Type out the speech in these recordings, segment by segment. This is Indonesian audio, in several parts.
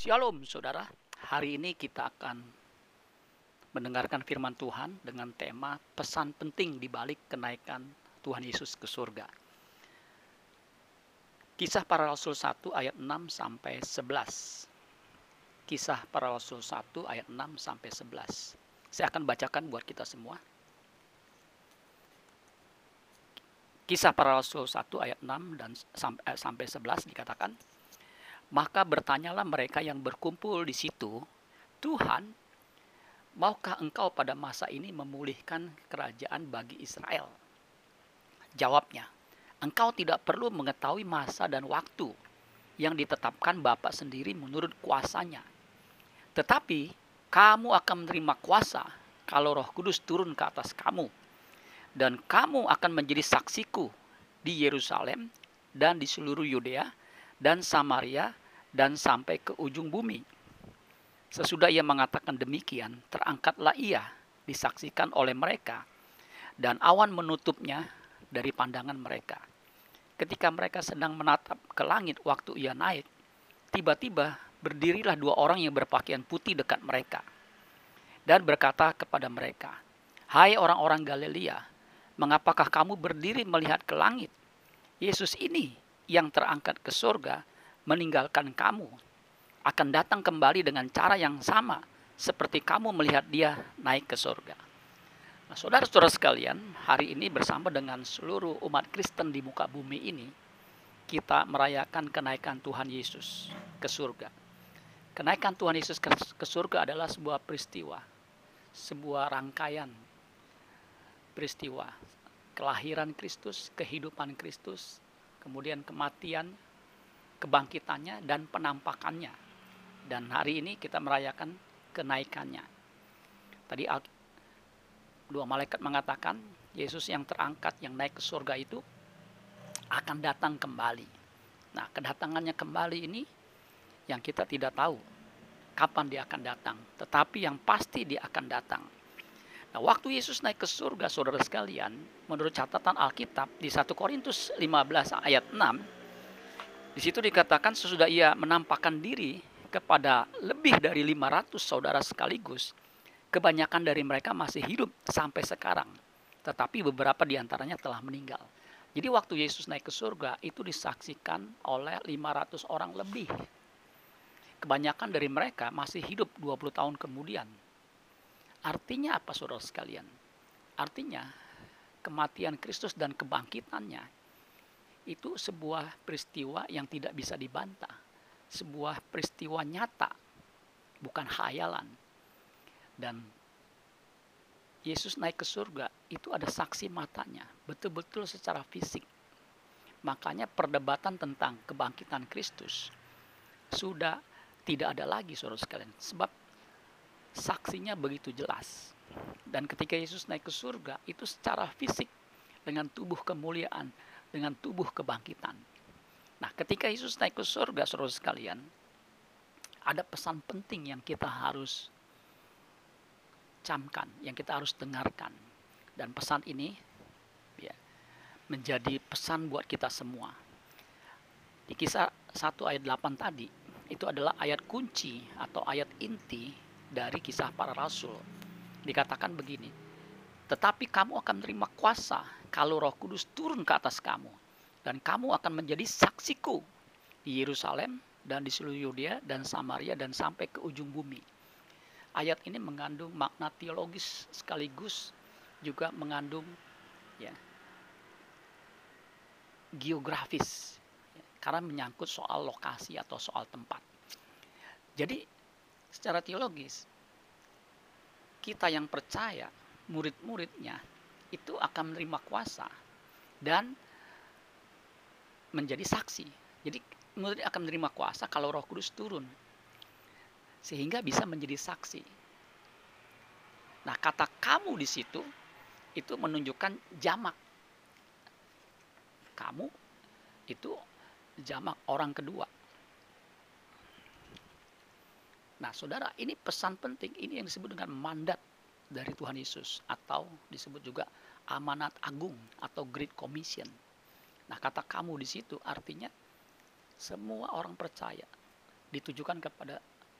Shalom saudara, hari ini kita akan mendengarkan firman Tuhan dengan tema pesan penting di balik kenaikan Tuhan Yesus ke surga. Kisah Para Rasul 1 ayat 6 sampai 11. Kisah Para Rasul 1 ayat 6 sampai 11. Saya akan bacakan buat kita semua. Kisah Para Rasul 1 ayat 6 dan sampai 11 dikatakan, maka bertanyalah mereka yang berkumpul di situ, Tuhan, maukah engkau pada masa ini memulihkan kerajaan bagi Israel? Jawabnya, engkau tidak perlu mengetahui masa dan waktu yang ditetapkan Bapa sendiri menurut kuasanya. Tetapi kamu akan menerima kuasa kalau Roh Kudus turun ke atas kamu. Dan kamu akan menjadi saksiku di Yerusalem dan di seluruh Yudea dan Samaria dan sampai ke ujung bumi. Sesudah ia mengatakan demikian, terangkatlah ia disaksikan oleh mereka, dan awan menutupnya dari pandangan mereka. Ketika mereka sedang menatap ke langit waktu ia naik, tiba-tiba berdirilah dua orang yang berpakaian putih dekat mereka, dan berkata kepada mereka, hai orang-orang Galilea, mengapakah kamu berdiri melihat ke langit? Yesus ini yang terangkat ke surga meninggalkan kamu, akan datang kembali dengan cara yang sama seperti kamu melihat dia naik ke surga. Nah, saudara-saudara sekalian, hari ini bersama dengan seluruh umat Kristen di muka bumi ini, kita merayakan kenaikan Tuhan Yesus ke surga. Kenaikan Tuhan Yesus ke surga adalah sebuah peristiwa, sebuah rangkaian peristiwa. Kelahiran Kristus, kehidupan Kristus, kemudian kematian, kebangkitannya, dan penampakannya. Dan hari ini kita merayakan kenaikannya. Tadi dua malaikat mengatakan Yesus yang terangkat, yang naik ke surga itu akan datang kembali. Nah, kedatangannya kembali ini yang kita tidak tahu kapan dia akan datang, tetapi yang pasti dia akan datang. Nah, waktu Yesus naik ke surga, saudara sekalian, menurut catatan Alkitab di 1 Korintus 15 ayat 6, di situ dikatakan sesudah ia menampakkan diri kepada lebih dari 500 saudara sekaligus, kebanyakan dari mereka masih hidup sampai sekarang, tetapi beberapa di antaranya telah meninggal. Jadi waktu Yesus naik ke surga itu disaksikan oleh 500 orang lebih. Kebanyakan dari mereka masih hidup 20 tahun kemudian. Artinya apa saudara sekalian? Artinya kematian Kristus dan kebangkitannya itu sebuah peristiwa yang tidak bisa dibantah. Sebuah peristiwa nyata, bukan khayalan. Dan Yesus naik ke surga itu ada saksi matanya, betul-betul secara fisik. Makanya perdebatan tentang kebangkitan Kristus sudah tidak ada lagi saudara sekalian. Sebab saksinya begitu jelas. Dan ketika Yesus naik ke surga itu secara fisik dengan tubuh kemuliaan, dengan tubuh kebangkitan. Nah, ketika Yesus naik ke surga saudara sekalian, ada pesan penting yang kita harus camkan, yang kita harus dengarkan. Dan pesan ini ya, menjadi pesan buat kita semua. Di kisah 1 ayat 8 tadi, itu adalah ayat kunci atau ayat inti dari kisah para rasul. Dikatakan begini, tetapi kamu akan menerima kuasa kalau Roh Kudus turun ke atas kamu, dan kamu akan menjadi saksiku di Yerusalem dan di seluruh Yudea dan Samaria dan sampai ke ujung bumi. Ayat ini mengandung makna teologis sekaligus juga mengandung ya, geografis, ya, karena menyangkut soal lokasi atau soal tempat. Jadi secara teologis kita yang percaya, murid-muridnya itu akan menerima kuasa dan menjadi saksi. Jadi murid akan menerima kuasa kalau Roh Kudus turun, sehingga bisa menjadi saksi. Nah, kata kamu di situ itu menunjukkan jamak. Kamu itu jamak orang kedua. Nah, saudara, ini pesan penting. Ini yang disebut dengan mandat dari Tuhan Yesus, atau disebut juga amanat agung atau Great Commission. Nah, kata kamu di situ artinya semua orang percaya, ditujukan kepada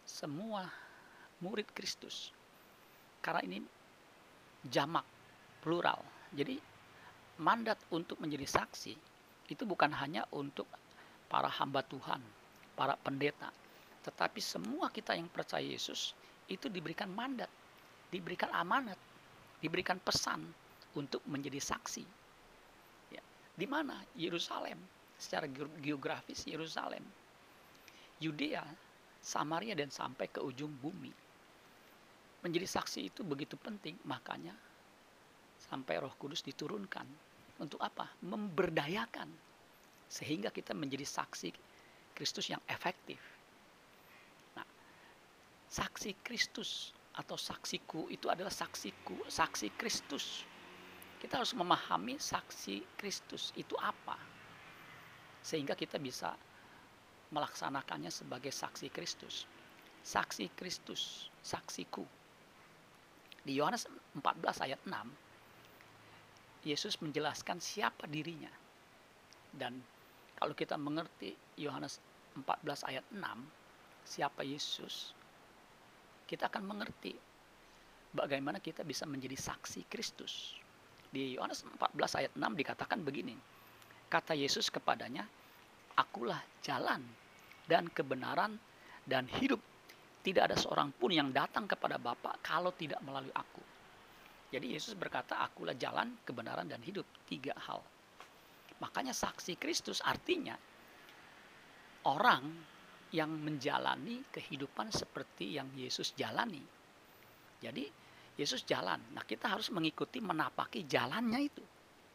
semua murid Kristus. Karena ini jamak, plural. Jadi mandat untuk menjadi saksi itu bukan hanya untuk para hamba Tuhan, para pendeta, tetapi semua kita yang percaya Yesus itu diberikan mandat, diberikan amanat, diberikan pesan untuk menjadi saksi. Ya. Di mana? Yerusalem. Secara geografis Yerusalem, Yudea, Samaria, dan sampai ke ujung bumi. Menjadi saksi itu begitu penting, makanya sampai Roh Kudus diturunkan. Untuk apa? Memberdayakan. Sehingga kita menjadi saksi Kristus yang efektif. Nah, saksi Kristus atau saksiku itu adalah saksiku, saksi Kristus. Kita harus memahami saksi Kristus itu apa. Sehingga kita bisa melaksanakannya sebagai saksi Kristus. Saksi Kristus, saksiku. Di Yohanes 14 ayat 6, Yesus menjelaskan siapa dirinya. Dan kalau kita mengerti Yohanes 14 ayat 6, siapa Yesus, kita akan mengerti bagaimana kita bisa menjadi saksi Kristus. Di Yohanes 14 ayat 6 dikatakan begini, kata Yesus kepadanya, akulah jalan dan kebenaran dan hidup. Tidak ada seorang pun yang datang kepada Bapa kalau tidak melalui aku. Jadi Yesus berkata, akulah jalan, kebenaran, dan hidup. 3 hal. Makanya saksi Kristus artinya orang yang menjalani kehidupan seperti yang Yesus jalani. Jadi Yesus jalan. Nah, kita harus mengikuti, menapaki jalannya itu.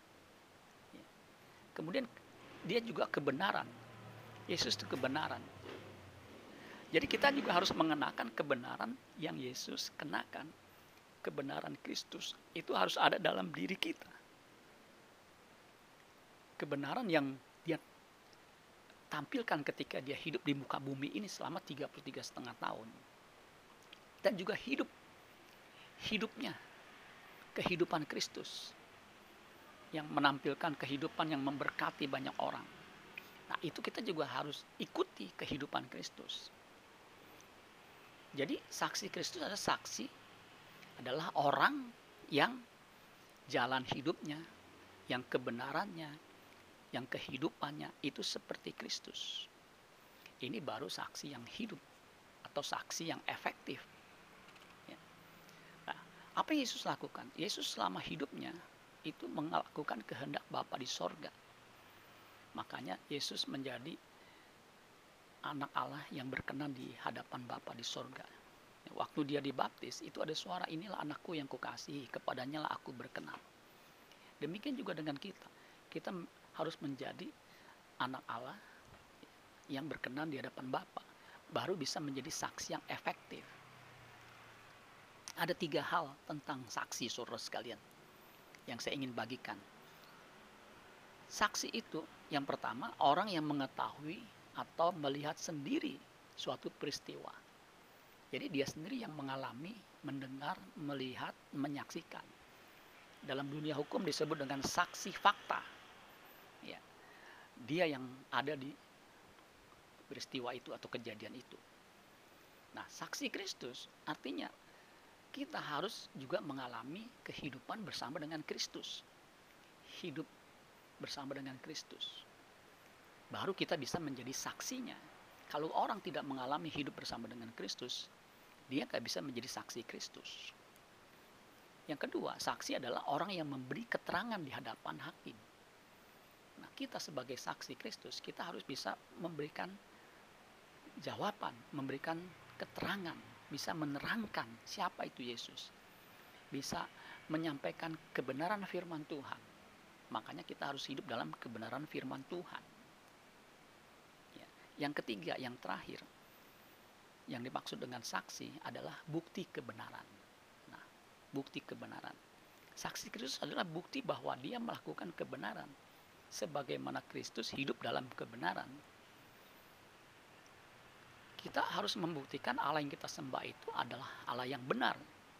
Kemudian dia juga kebenaran. Yesus itu kebenaran. Jadi kita juga harus mengenakan kebenaran yang Yesus kenakan. Kebenaran Kristus itu harus ada dalam diri kita. Kebenaran yang dia tampilkan ketika dia hidup di muka bumi ini selama 33,5 tahun. Dan juga hidupnya, kehidupan Kristus yang menampilkan kehidupan yang memberkati banyak orang. Nah, itu kita juga harus ikuti kehidupan Kristus. Jadi saksi Kristus adalah orang yang jalan hidupnya, yang kebenarannya, yang kehidupannya itu seperti Kristus. Ini baru saksi yang hidup atau saksi yang efektif. Ya. Nah, apa yang Yesus lakukan? Yesus selama hidupnya itu melakukan kehendak Bapa di sorga. Makanya Yesus menjadi anak Allah yang berkenan di hadapan Bapa di sorga. Waktu dia dibaptis, itu ada suara, inilah anakku yang kukasihi, kepadanya lah aku berkenan. Demikian juga dengan kita. Kita harus menjadi anak Allah yang berkenan di hadapan Bapa. Baru bisa menjadi saksi yang efektif. Ada 3 hal tentang saksi, saudara sekalian, yang saya ingin bagikan. Saksi itu, yang pertama, orang yang mengetahui atau melihat sendiri suatu peristiwa. Jadi dia sendiri yang mengalami, mendengar, melihat, menyaksikan. Dalam dunia hukum disebut dengan saksi fakta. Ya, dia yang ada di peristiwa itu atau kejadian itu. Nah, saksi Kristus artinya kita harus juga mengalami kehidupan bersama dengan Kristus. Hidup bersama dengan Kristus. Baru kita bisa menjadi saksinya. Kalau orang tidak mengalami hidup bersama dengan Kristus, dia tidak bisa menjadi saksi Kristus. Yang kedua, saksi adalah orang yang memberi keterangan di hadapan hakim. Nah, kita sebagai saksi Kristus, kita harus bisa memberikan jawaban, memberikan keterangan, bisa menerangkan siapa itu Yesus. Bisa menyampaikan kebenaran firman Tuhan. Makanya kita harus hidup dalam kebenaran firman Tuhan. Ya. Yang ketiga, yang terakhir, yang dimaksud dengan saksi adalah bukti kebenaran. Nah, bukti kebenaran. Saksi Kristus adalah bukti bahwa dia melakukan kebenaran. Sebagaimana Kristus hidup dalam kebenaran. Kita harus membuktikan Allah yang kita sembah itu adalah Allah yang benar.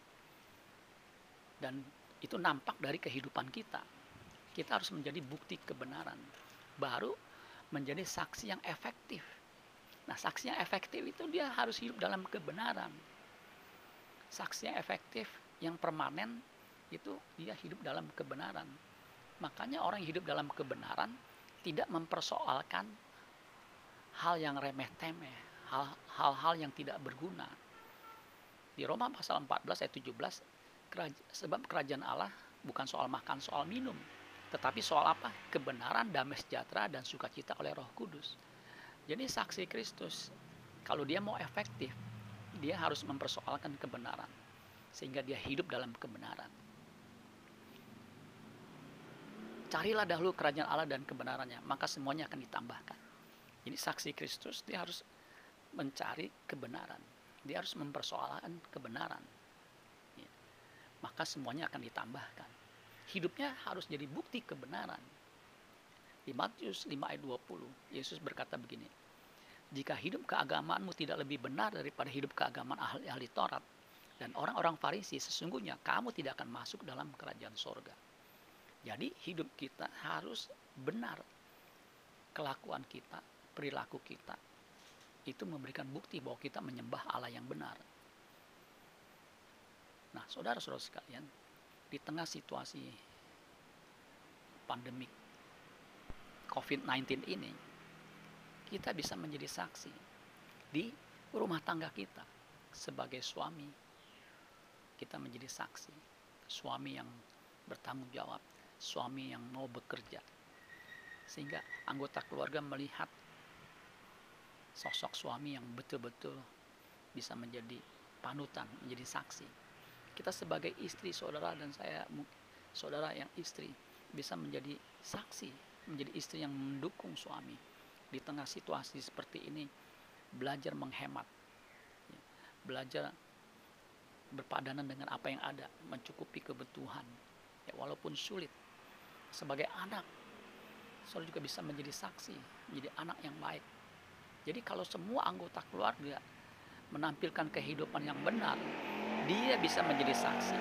Dan itu nampak dari kehidupan kita. Kita harus menjadi bukti kebenaran. Baru menjadi saksi yang efektif. Nah, saksi yang efektif itu dia harus hidup dalam kebenaran. Saksi yang efektif, yang permanen, itu dia hidup dalam kebenaran. Makanya orang yang hidup dalam kebenaran tidak mempersoalkan hal yang remeh-temeh, hal-hal yang tidak berguna. Di Roma pasal 14 ayat 17, sebab kerajaan Allah bukan soal makan, soal minum, tetapi soal apa? Kebenaran, damai sejahtera, dan sukacita oleh Roh Kudus. Jadi saksi Kristus, kalau dia mau efektif, dia harus mempersoalkan kebenaran, sehingga dia hidup dalam kebenaran. Carilah dahulu kerajaan Allah dan kebenarannya, maka semuanya akan ditambahkan. Jadi saksi Kristus, dia harus mencari kebenaran. Dia harus mempersoalkan kebenaran. Ya. Maka semuanya akan ditambahkan. Hidupnya harus jadi bukti kebenaran. Di Matius 5 ayat 20, Yesus berkata begini, jika hidup keagamaanmu tidak lebih benar daripada hidup keagamaan ahli Taurat dan orang-orang Farisi, sesungguhnya kamu tidak akan masuk dalam kerajaan sorga. Jadi hidup kita harus benar. Kelakuan kita, perilaku kita, itu memberikan bukti bahwa kita menyembah Allah yang benar. Nah, saudara-saudara sekalian, di tengah situasi pandemik COVID-19 ini, kita bisa menjadi saksi di rumah tangga kita. Sebagai suami, kita menjadi saksi. Suami yang bertanggung jawab, suami yang mau bekerja. Sehingga anggota keluarga melihat sosok suami yang betul-betul bisa menjadi panutan, menjadi saksi. Kita sebagai istri, saudara, dan saya, saudara yang istri, bisa menjadi saksi, menjadi istri yang mendukung suami di tengah situasi seperti ini. Belajar menghemat, belajar berpadanan dengan apa yang ada, mencukupi kebutuhan, ya, walaupun sulit. Sebagai anak, saudara juga bisa menjadi saksi, menjadi anak yang baik. Jadi kalau semua anggota keluarga menampilkan kehidupan yang benar, dia bisa menjadi saksi.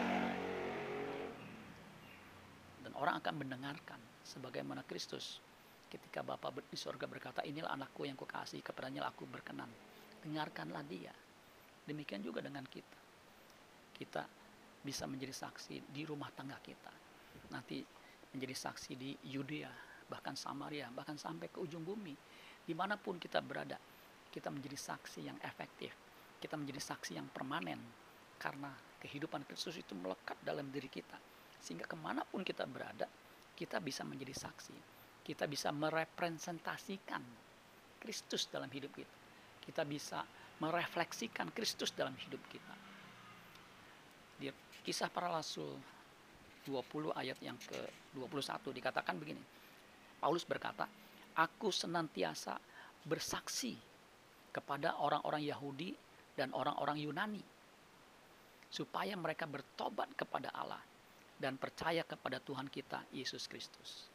Dan orang akan mendengarkan, sebagaimana Kristus ketika Bapa di sorga berkata, inilah anakku yang kukasihi, kepadanya aku berkenan. Dengarkanlah dia. Demikian juga dengan kita. Kita bisa menjadi saksi di rumah tangga kita. Nanti menjadi saksi di Yudea, bahkan Samaria, bahkan sampai ke ujung bumi. Dimanapun kita berada, kita menjadi saksi yang efektif. Kita menjadi saksi yang permanen. Karena kehidupan Kristus itu melekat dalam diri kita. Sehingga kemanapun kita berada, kita bisa menjadi saksi. Kita bisa merepresentasikan Kristus dalam hidup kita. Kita bisa merefleksikan Kristus dalam hidup kita. Di Kisah Para Rasul 20 ayat yang ke-21 dikatakan begini. Paulus berkata, aku senantiasa bersaksi kepada orang-orang Yahudi dan orang-orang Yunani, supaya mereka bertobat kepada Allah dan percaya kepada Tuhan kita Yesus Kristus.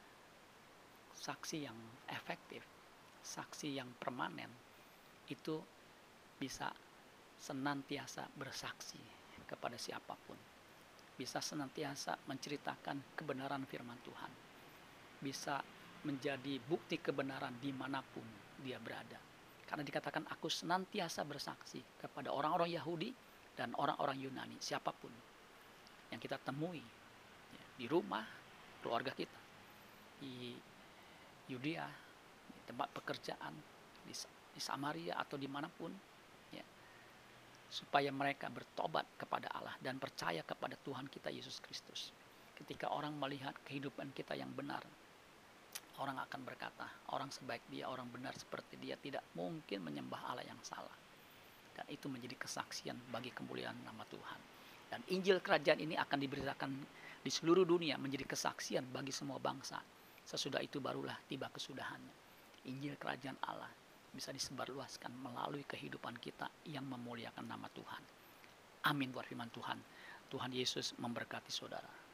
Saksi yang efektif, saksi yang permanen, itu bisa senantiasa bersaksi kepada siapapun. Bisa senantiasa menceritakan kebenaran firman Tuhan. Bisa menjadi bukti kebenaran dimanapun dia berada. Karena dikatakan aku senantiasa bersaksi kepada orang-orang Yahudi dan orang-orang Yunani, siapapun yang kita temui, ya, di rumah, keluarga kita, di Yudea, di tempat pekerjaan, di Samaria atau dimanapun, ya, supaya mereka bertobat kepada Allah dan percaya kepada Tuhan kita Yesus Kristus. Ketika orang melihat kehidupan kita yang benar, orang akan berkata, orang sebaik dia, orang benar seperti dia tidak mungkin menyembah Allah yang salah. Dan itu menjadi kesaksian bagi kemuliaan nama Tuhan. Dan Injil kerajaan ini akan diberitakan di seluruh dunia menjadi kesaksian bagi semua bangsa. Sesudah itu barulah tiba kesudahannya. Injil kerajaan Allah bisa disebarluaskan melalui kehidupan kita yang memuliakan nama Tuhan. Amin buat firman Tuhan. Tuhan Yesus memberkati saudara.